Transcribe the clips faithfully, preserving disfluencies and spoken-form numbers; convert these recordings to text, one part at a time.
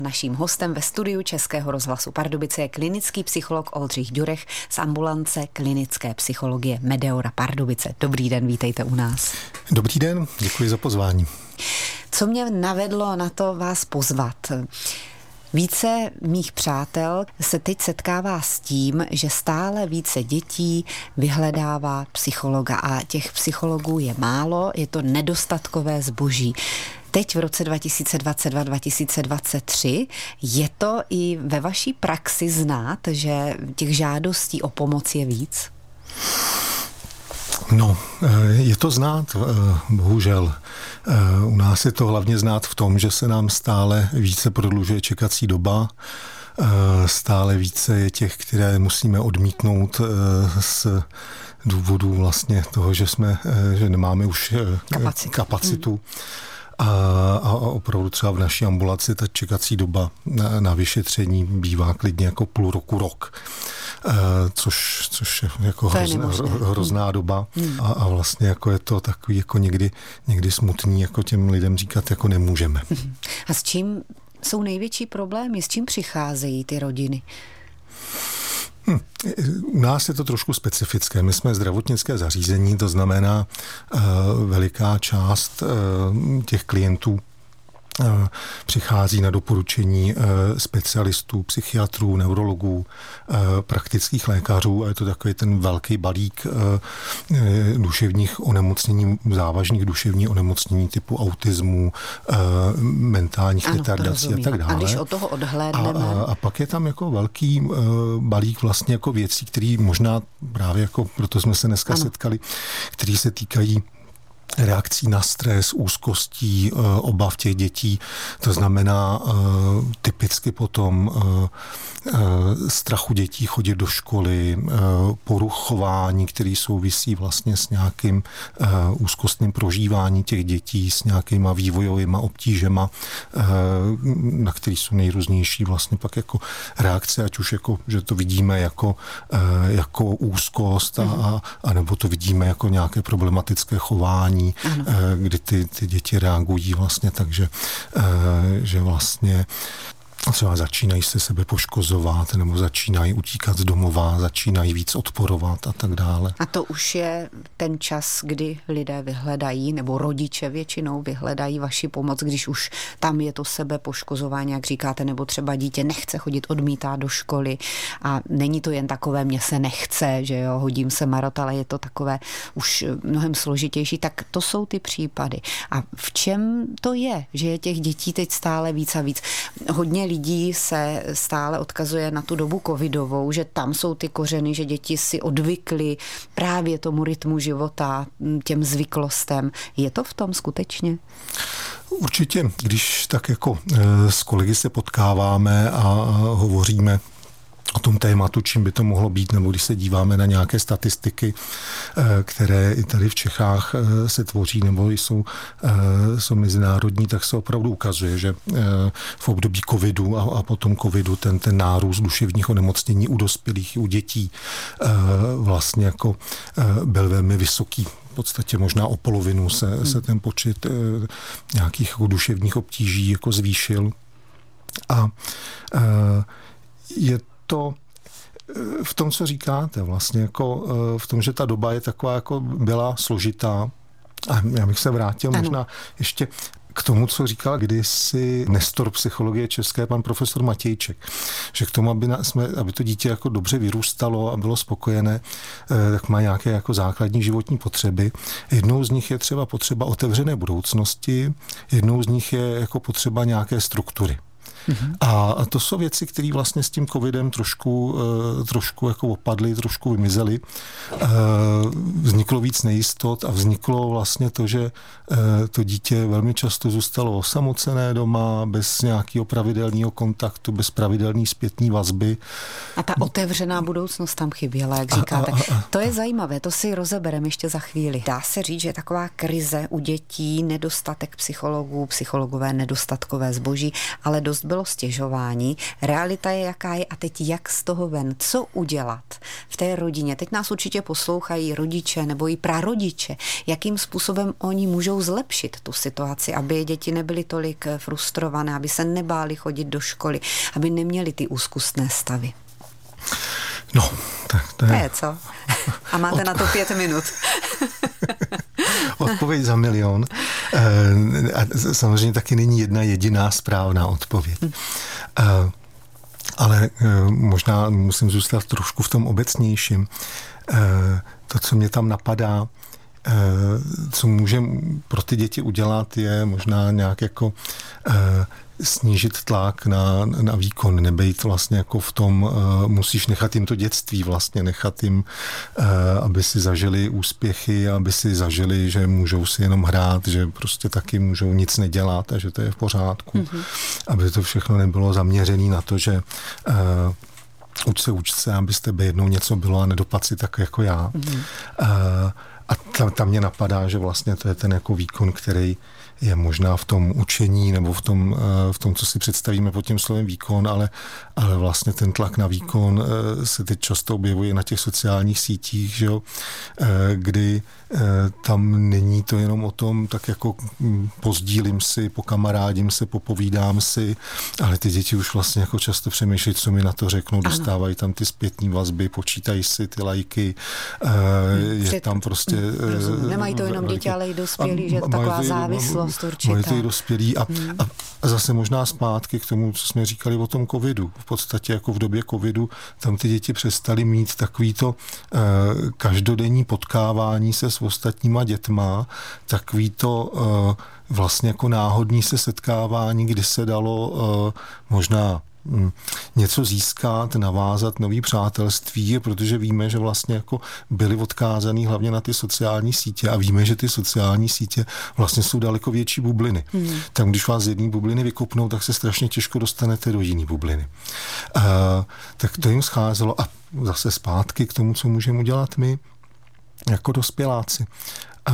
Naším hostem ve studiu Českého rozhlasu Pardubice je klinický psycholog Oldřich Ďurech z ambulance klinické psychologie Medeora Pardubice. Dobrý den, vítejte u nás. Dobrý den, děkuji za pozvání. Co mě navedlo na to vás pozvat? Více mých přátel se teď setkává s tím, že stále více dětí vyhledává psychologa a těch psychologů je málo, je to nedostatkové zboží. Teď v roce dva tisíce dvacet dva dva tisíce dvacet tři je to i ve vaší praxi znát, že těch žádostí o pomoc je víc? No, je to znát, bohužel. U nás je to hlavně znát v tom, že se nám stále více prodlužuje čekací doba, stále více je těch, které musíme odmítnout z důvodu vlastně toho, že jsme, že nemáme už kapacitu. kapacitu. A, a opravdu třeba v naší ambulanci ta čekací doba na, na vyšetření bývá klidně jako půl roku, rok. Uh, což, což je jako hrozná, hrozná doba hmm. a, a vlastně jako je to takový jako někdy, někdy smutný, jako těm lidem říkat jako nemůžeme. A s čím jsou největší problémy? S čím přicházejí ty rodiny? Hm. U nás je to trošku specifické. My jsme zdravotnické zařízení, to znamená uh, veliká část uh, těch klientů uh, přichází na doporučení uh, specialistů, psychiatrů, neurologů, uh, praktických lékařů a je to takový ten velký balík uh, duševních onemocnění, závažných duševních onemocnění typu autismu, uh, mentálních ano, retardací a tak dále. A když od toho odhlédneme... A, a, a pak je tam jako velký uh, balík vlastně jako věcí, který možná právě jako, proto jsme se dneska ano. setkali, který se týkají reakcí na stres, úzkostí, obav těch dětí. To znamená typicky potom strachu dětí chodit do školy, poruch chování, který souvisí vlastně s nějakým úzkostným prožíváním těch dětí, s nějakýma vývojovýma obtížema, na který jsou nejrůznější vlastně pak jako reakce, ať už jako, že to vidíme jako, jako úzkost a, a, a nebo to vidíme jako nějaké problematické chování, ano. kdy ty, ty děti reagují vlastně tak, že, že vlastně třeba začínají se sebe poškozovat nebo začínají utíkat z domova, začínají víc odporovat a tak dále. A to už je ten čas, kdy lidé vyhledají, nebo rodiče většinou vyhledají vaši pomoc, když už tam je to sebe poškozování, jak říkáte, nebo třeba dítě nechce chodit, odmítá do školy a není to jen takové, mně se nechce, že jo, hodím se marot, ale je to takové už mnohem složitější, tak to jsou ty případy. A v čem to je, že je těch dětí teď stále víc a víc? Hodně lidí se stále odkazuje na tu dobu covidovou, že tam jsou ty kořeny, že děti si odvykly právě tomu rytmu života, těm zvyklostem. Je to v tom skutečně? Určitě, když tak jako s kolegy se potkáváme a hovoříme o tom tématu, čím by to mohlo být, nebo když se díváme na nějaké statistiky, které i tady v Čechách se tvoří, nebo jsou, jsou mezinárodní, tak se opravdu ukazuje, že v období covidu a, a potom covidu ten, ten nárůst duševních onemocnění u dospělých i u dětí vlastně jako byl velmi vysoký. V podstatě možná o polovinu se, hmm. se ten počet nějakých jako duševních obtíží jako zvýšil. A je to v tom, co říkáte, vlastně jako v tom, že ta doba je taková, jako byla složitá. A já bych se vrátil ano. možná ještě k tomu, co říkal kdysi nestor psychologie české, pan profesor Matějček, že k tomu, aby, na, jsme, aby to dítě jako dobře vyrůstalo a bylo spokojené, tak má nějaké jako základní životní potřeby. Jednou z nich je třeba potřeba otevřené budoucnosti, jednou z nich je jako potřeba nějaké struktury. Mm-hmm. A to jsou věci, které vlastně s tím covidem trošku, trošku jako opadly, trošku vymizely. Vzniklo víc nejistot a vzniklo vlastně to, že to dítě velmi často zůstalo osamocené doma, bez nějakého pravidelného kontaktu, bez pravidelné zpětné vazby. A ta otevřená budoucnost tam chyběla, jak říkáte. A, a, a, to je zajímavé, to si rozebereme ještě za chvíli. Dá se říct, že je taková krize u dětí, nedostatek psychologů, psychologové nedostatkové zboží, ale dost bylo stěžování, realita je jaká je a teď jak z toho ven, co udělat v té rodině. Teď nás určitě poslouchají rodiče nebo i prarodiče, jakým způsobem oni můžou zlepšit tu situaci, aby děti nebyly tolik frustrované, aby se nebáli chodit do školy, aby neměli ty úzkostné stavy. No, tak to je... To je co? A máte Odpo... na to pět minut. Odpověď za milion. A samozřejmě taky není jedna jediná správná odpověď. Ale možná musím zůstat trošku v tom obecnějším. To, co mě tam napadá, co můžeme pro ty děti udělat, je možná nějak jako snížit tlak na, na výkon, nebejt vlastně jako v tom, uh, musíš nechat jim to dětství vlastně, nechat jim, uh, aby si zažili úspěchy, aby si zažili, že můžou si jenom hrát, že prostě taky můžou nic nedělat a že to je v pořádku. Mm-hmm. Aby to všechno nebylo zaměřené na to, že uh, uč se, uč se, aby z tebe jednou něco bylo a nedopad si tak jako já. Mm-hmm. Uh, a tam, tam mě napadá, že vlastně to je ten jako výkon, který je možná v tom učení nebo v tom, v tom, co si představíme pod tím slovem výkon, ale, ale vlastně ten tlak na výkon se teď často objevuje na těch sociálních sítích, že jo, kdy tam není to jenom o tom, tak jako pozdílím si, pokamarádím se, popovídám si, ale ty děti už vlastně jako často přemýšlejí, co mi na to řeknou, dostávají tam ty zpětný vazby, počítají si ty lajky, je Před... tam prostě... Rozumím. Nemají to jenom děti, ale i dospělí, že je to taková závislost určitá. Mají to i dospělí a, hmm. a, a zase možná zpátky k tomu, co jsme říkali o tom covidu. V podstatě jako v době covidu tam ty děti přestaly mít takový to eh, každodenní potkávání se s ostatníma dětma, takový to eh, vlastně jako náhodní se setkávání, kdy se dalo eh, možná něco získat, navázat nový přátelství, protože víme, že vlastně jako byli odkázaný hlavně na ty sociální sítě a víme, že ty sociální sítě vlastně jsou daleko větší bubliny. Hmm. Tam, když vás z jedné bubliny vykopnou, tak se strašně těžko dostanete do jiné bubliny. Uh, tak to jim scházelo a zase zpátky k tomu, co můžeme udělat my jako dospěláci. Uh,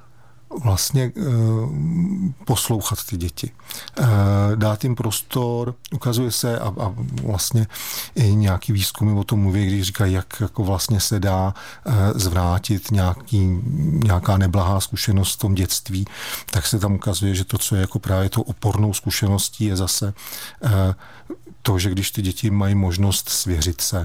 vlastně uh, poslouchat ty děti. Uh, dát jim prostor, ukazuje se a, a vlastně i nějaký výzkumy o tom mluví, když říkají, jak jako vlastně se dá uh, zvrátit nějaký, nějaká neblahá zkušenost v tom dětství, tak se tam ukazuje, že to, co je jako právě tou opornou zkušeností, je zase uh, to, že když ty děti mají možnost svěřit se,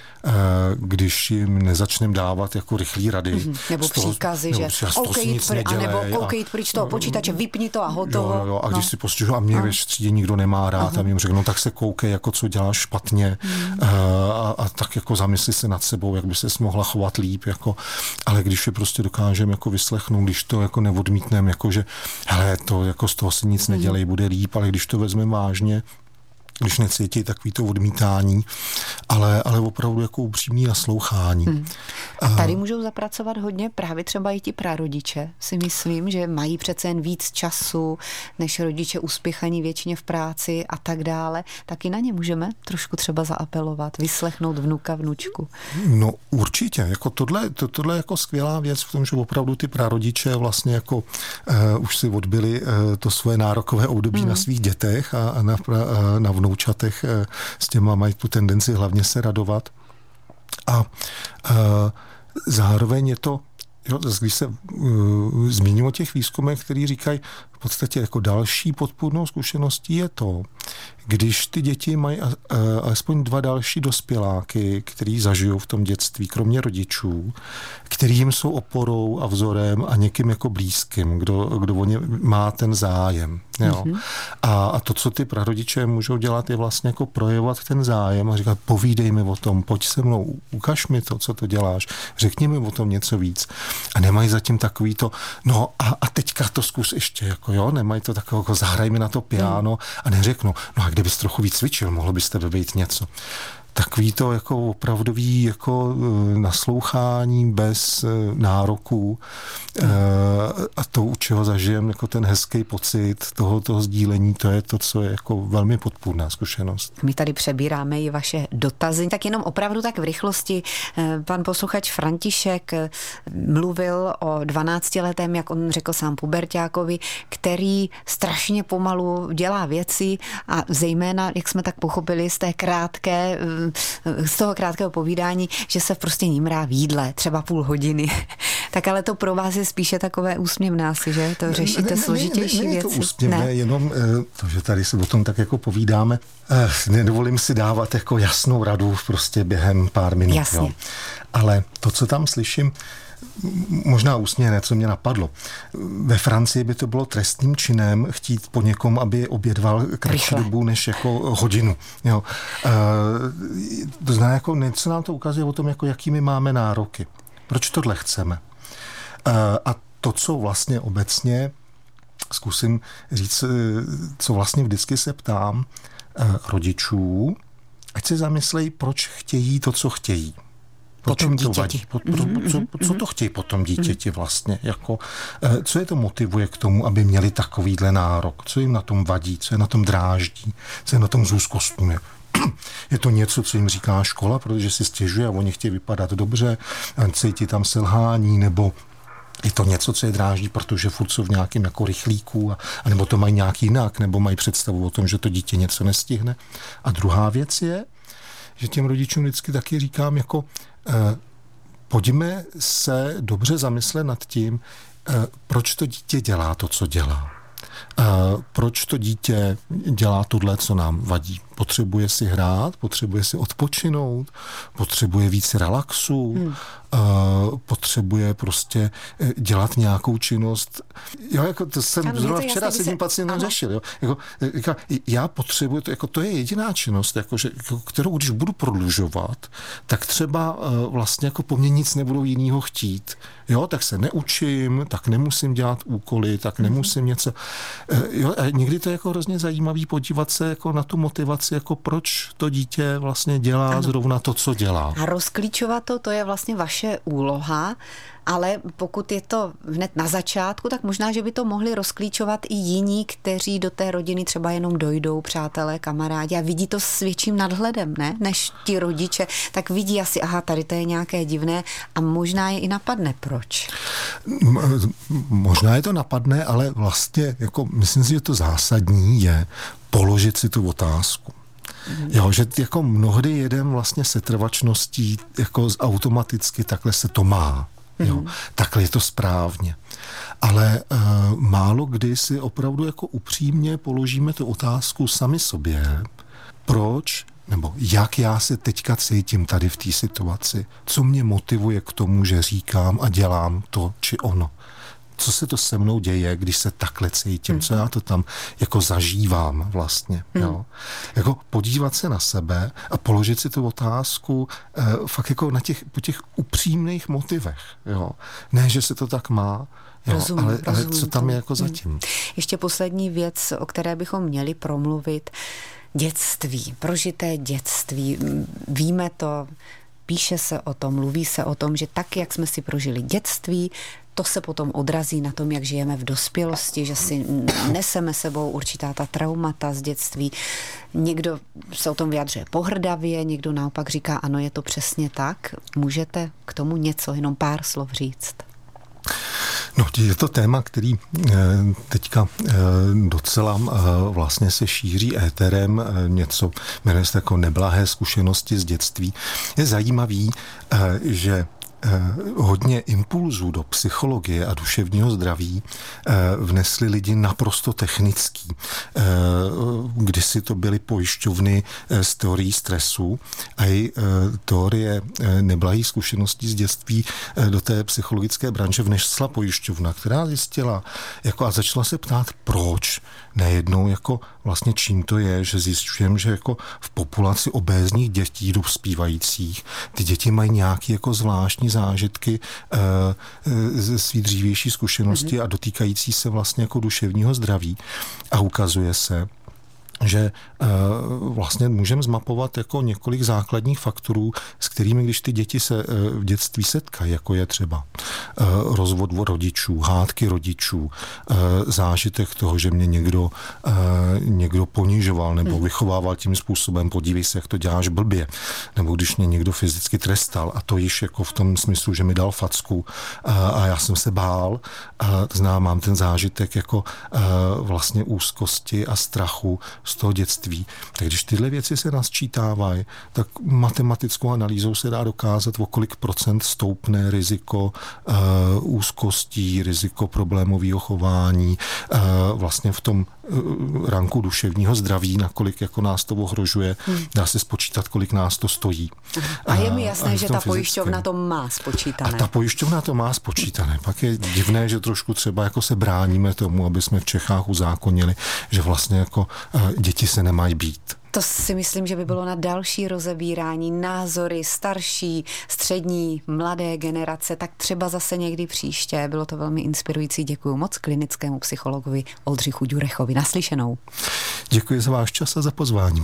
když jim nezačneme dávat jako rychlý rady. Mm-hmm. Nebo toho, příkazy, nebo že koukej pr- a nebo koukej pryč toho počítače, vypni to a hotovo. Jo, jo, a když no. si postižu a mě no. ve třídě nikdo nemá rád uh-huh. a jim řeknu, no tak se koukej, jako co děláš špatně mm. a, a tak jako zamysli se nad sebou, jak by ses mohla chovat líp. Jako, ale když je prostě dokážeme jako vyslechnout, když to jako neodmítneme, jako že hele, to jako z toho se nic mm. nedělej, bude líp, ale když to vezmeme vážně, když necítí takový to odmítání, ale, ale opravdu jako upřímný naslouchání. Hmm. A tady můžou zapracovat hodně právě třeba i ti prarodiče, si myslím, že mají přece jen víc času, než rodiče uspěchaní většině v práci a tak dále. Taky na ně můžeme trošku třeba zaapelovat, vyslechnout vnuka, vnučku. No určitě, jako tohle, to, tohle je jako skvělá věc v tom, že opravdu ty prarodiče vlastně jako uh, už si odbyli uh, to svoje nárokové období hmm. na svých dětech a, a na, uh, na vnučku vnoučatech, s těma mají tu tendenci hlavně se radovat. A, a zároveň je to, jo, když se uh, zmíním o těch výzkumech, který říkají, v podstatě jako další podpůrnou zkušeností je to, když ty děti mají uh, alespoň dva další dospěláky, který zažijou v tom dětství, kromě rodičů, který jim jsou oporou a vzorem a někým jako blízkým, kdo, kdo o ně má ten zájem. Jo. Mm-hmm. A, a to, co ty prarodiče můžou dělat, je vlastně jako projevovat ten zájem a říkat, povídej mi o tom, pojď se mnou, ukaž mi to, co to děláš, řekni mi o tom něco víc. A nemají zatím takový to, no a, a teďka to zkus ještě, jako jo, nemají to takové, jako zahraj mi na to piano mm. a neřeknu, no a kdybys trochu víc cvičil, mohlo by z tebe být něco. takový to jako opravdový jako naslouchání bez nároků a to, u čeho zažijeme jako ten hezký pocit toho, toho sdílení, to je to, co je jako velmi podpůrná zkušenost. My tady přebíráme i vaše dotazy, tak jenom opravdu tak v rychlosti. Pan posluchač František mluvil o dvanáctiletém, jak on řekl sám, puberťákovi, který strašně pomalu dělá věci a zejména, jak jsme tak pochopili z té krátké, z toho krátkého povídání, že se prostě nímrá v jídle, třeba půl hodiny. Tak ale to pro vás je spíše takové úsměvné asi, že? To řešíte ne, ne, složitější ne, ne, ne, věci. Ne, to úsměvné, ne? jenom to, že tady se o tom tak jako povídáme. Nedovolím si dávat jako jasnou radu prostě během pár minut. Jasně. Jo. Ale to, co tam slyším, možná úsměvné, co mě napadlo. Ve Francii by to bylo trestným činem chtít po někom, aby obědval kratší dobu než jako hodinu. Jo. E, to znamená, jako něco nám to ukazuje o tom, jako jakými máme nároky. Proč tohle chceme? E, a to, co vlastně obecně zkusím říct, co vlastně vždycky se ptám e, rodičů, ať se zamyslejí, proč chtějí to, co chtějí. Proč jim to vadí? Po, pro, mm-hmm. co, co to chtějí po tom dítěti vlastně? Jako, co je to motivuje k tomu, aby měli takovýhle nárok? Co jim na tom vadí? Co je na tom dráždí? Co je na tom zúzkostňuje? Je to něco, co jim říká škola, protože si stěžuje a oni chtějí vypadat dobře, cítí tam selhání, nebo je to něco, co je dráždí, protože furt jsou v nějakým jako rychlíku, a, a nebo to mají nějak jinak, nebo mají představu o tom, že to dítě něco nestihne. A druhá věc je, že těm rodičům vždycky taky říkám, jako eh, pojďme se dobře zamyslet nad tím, eh, proč to dítě dělá to, co dělá. Eh, proč to dítě dělá tohle, co nám vadí. Potřebuje si hrát, potřebuje si odpočinout, potřebuje víc relaxu, hmm. uh, potřebuje prostě dělat nějakou činnost. Jo, jako to jsem ano, zrovna včera s jedním pacientem řešil. Jo. Jako, jako, já potřebuji, to, jako, to je jediná činnost, jako, že, jako, kterou když budu prodlužovat, tak třeba uh, vlastně jako po mně nic nebudou jinýho chtít. Jo, tak se neučím, tak nemusím dělat úkoly, tak nemusím hmm. něco. Uh, jo, a někdy to je jako hrozně zajímavý podívat se jako na tu motivaci, jako proč to dítě vlastně dělá ano. zrovna to, co dělá. A rozklíčovat to, to je vlastně vaše úloha, ale pokud je to hned na začátku, tak možná, že by to mohli rozklíčovat i jiní, kteří do té rodiny třeba jenom dojdou, přátelé, kamarádi a vidí to s větším nadhledem, ne? Než ti rodiče, tak vidí asi, aha, tady to je nějaké divné a možná je i napadne. Proč? Možná je to napadne, ale vlastně, jako myslím si, že to zásadní je položit si tu otázku. Jo, že jako mnohdy jedem vlastně setrvačností, jako automaticky takhle se to má. Jo, mm. takhle je to správně. Ale uh, málo kdy si opravdu jako upřímně položíme tu otázku sami sobě, proč nebo jak já se teďka cítím tady v té situaci, co mě motivuje k tomu, že říkám a dělám to či ono. Co se to se mnou děje, když se takhle cítím, hmm. co já to tam jako zažívám vlastně. Hmm. Jo. Jako podívat se na sebe a položit si tu otázku eh, fakt jako na těch, po těch upřímných motivech. Jo. Ne, že se to tak má, jo, rozumím, ale, ale co tam je jako zatím. Hmm. Ještě poslední věc, o které bychom měli promluvit. Dětství, prožité dětství. Víme to, píše se o tom, mluví se o tom, že tak, jak jsme si prožili dětství, to se potom odrazí na tom, jak žijeme v dospělosti, že si neseme sebou určitá ta traumata z dětství. Někdo se o tom vyjadřuje pohrdavě, někdo naopak říká, ano, je to přesně tak. Můžete k tomu něco, jenom pár slov říct? No, je to téma, který teďka docela vlastně se šíří éterem, něco jmenuje se jako neblahé zkušenosti z dětství. Je zajímavý, že hodně impulzů do psychologie a duševního zdraví vnesli lidi naprosto technický. Kdysi to byly pojišťovny z teorií stresu a i teorie neblahých zkušeností z dětství do té psychologické branže vnesla pojišťovna, která zjistila jako a začala se ptát, proč nejednou jako vlastně čím to je, že zjišťujeme, že jako v populaci obézních dětí dospívajících ty děti mají nějaké jako zvláštní zážitky e, ze svý dřívější zkušenosti mm-hmm. a dotýkající se vlastně jako duševního zdraví. A ukazuje se, že vlastně můžeme zmapovat jako několik základních faktorů, s kterými, když ty děti se v dětství setkají, jako je třeba rozvod rodičů, hádky rodičů, zážitek toho, že mě někdo, někdo ponižoval nebo vychovával tím způsobem, podívej se, jak to děláš blbě, nebo když mě někdo fyzicky trestal, a to již jako v tom smyslu, že mi dal facku a já jsem se bál, znám, mám ten zážitek jako vlastně úzkosti a strachu z toho dětství. Tak když tyhle věci se nasčítávají, tak matematickou analýzou se dá dokázat, o kolik procent stoupne riziko uh, úzkostí, riziko problémového chování, uh, vlastně v tom uh, ranku duševního zdraví, nakolik jako nás to ohrožuje, hmm. dá se spočítat, kolik nás to stojí. A je mi jasné, uh, že ta pojišťovna to má spočítané. A ta pojišťovna to má spočítané. Pak je divné, že trošku třeba jako se bráníme tomu, aby jsme v Čechách uzákonili, že vlastně jako uh, děti se nemají být. To si myslím, že by bylo na další rozebírání názory starší, střední, mladé generace, tak třeba zase někdy příště. Bylo to velmi inspirující. Děkuji moc klinickému psychologovi Oldřichu Ďurechovi. Naslyšenou. Děkuji za váš čas a za pozvání.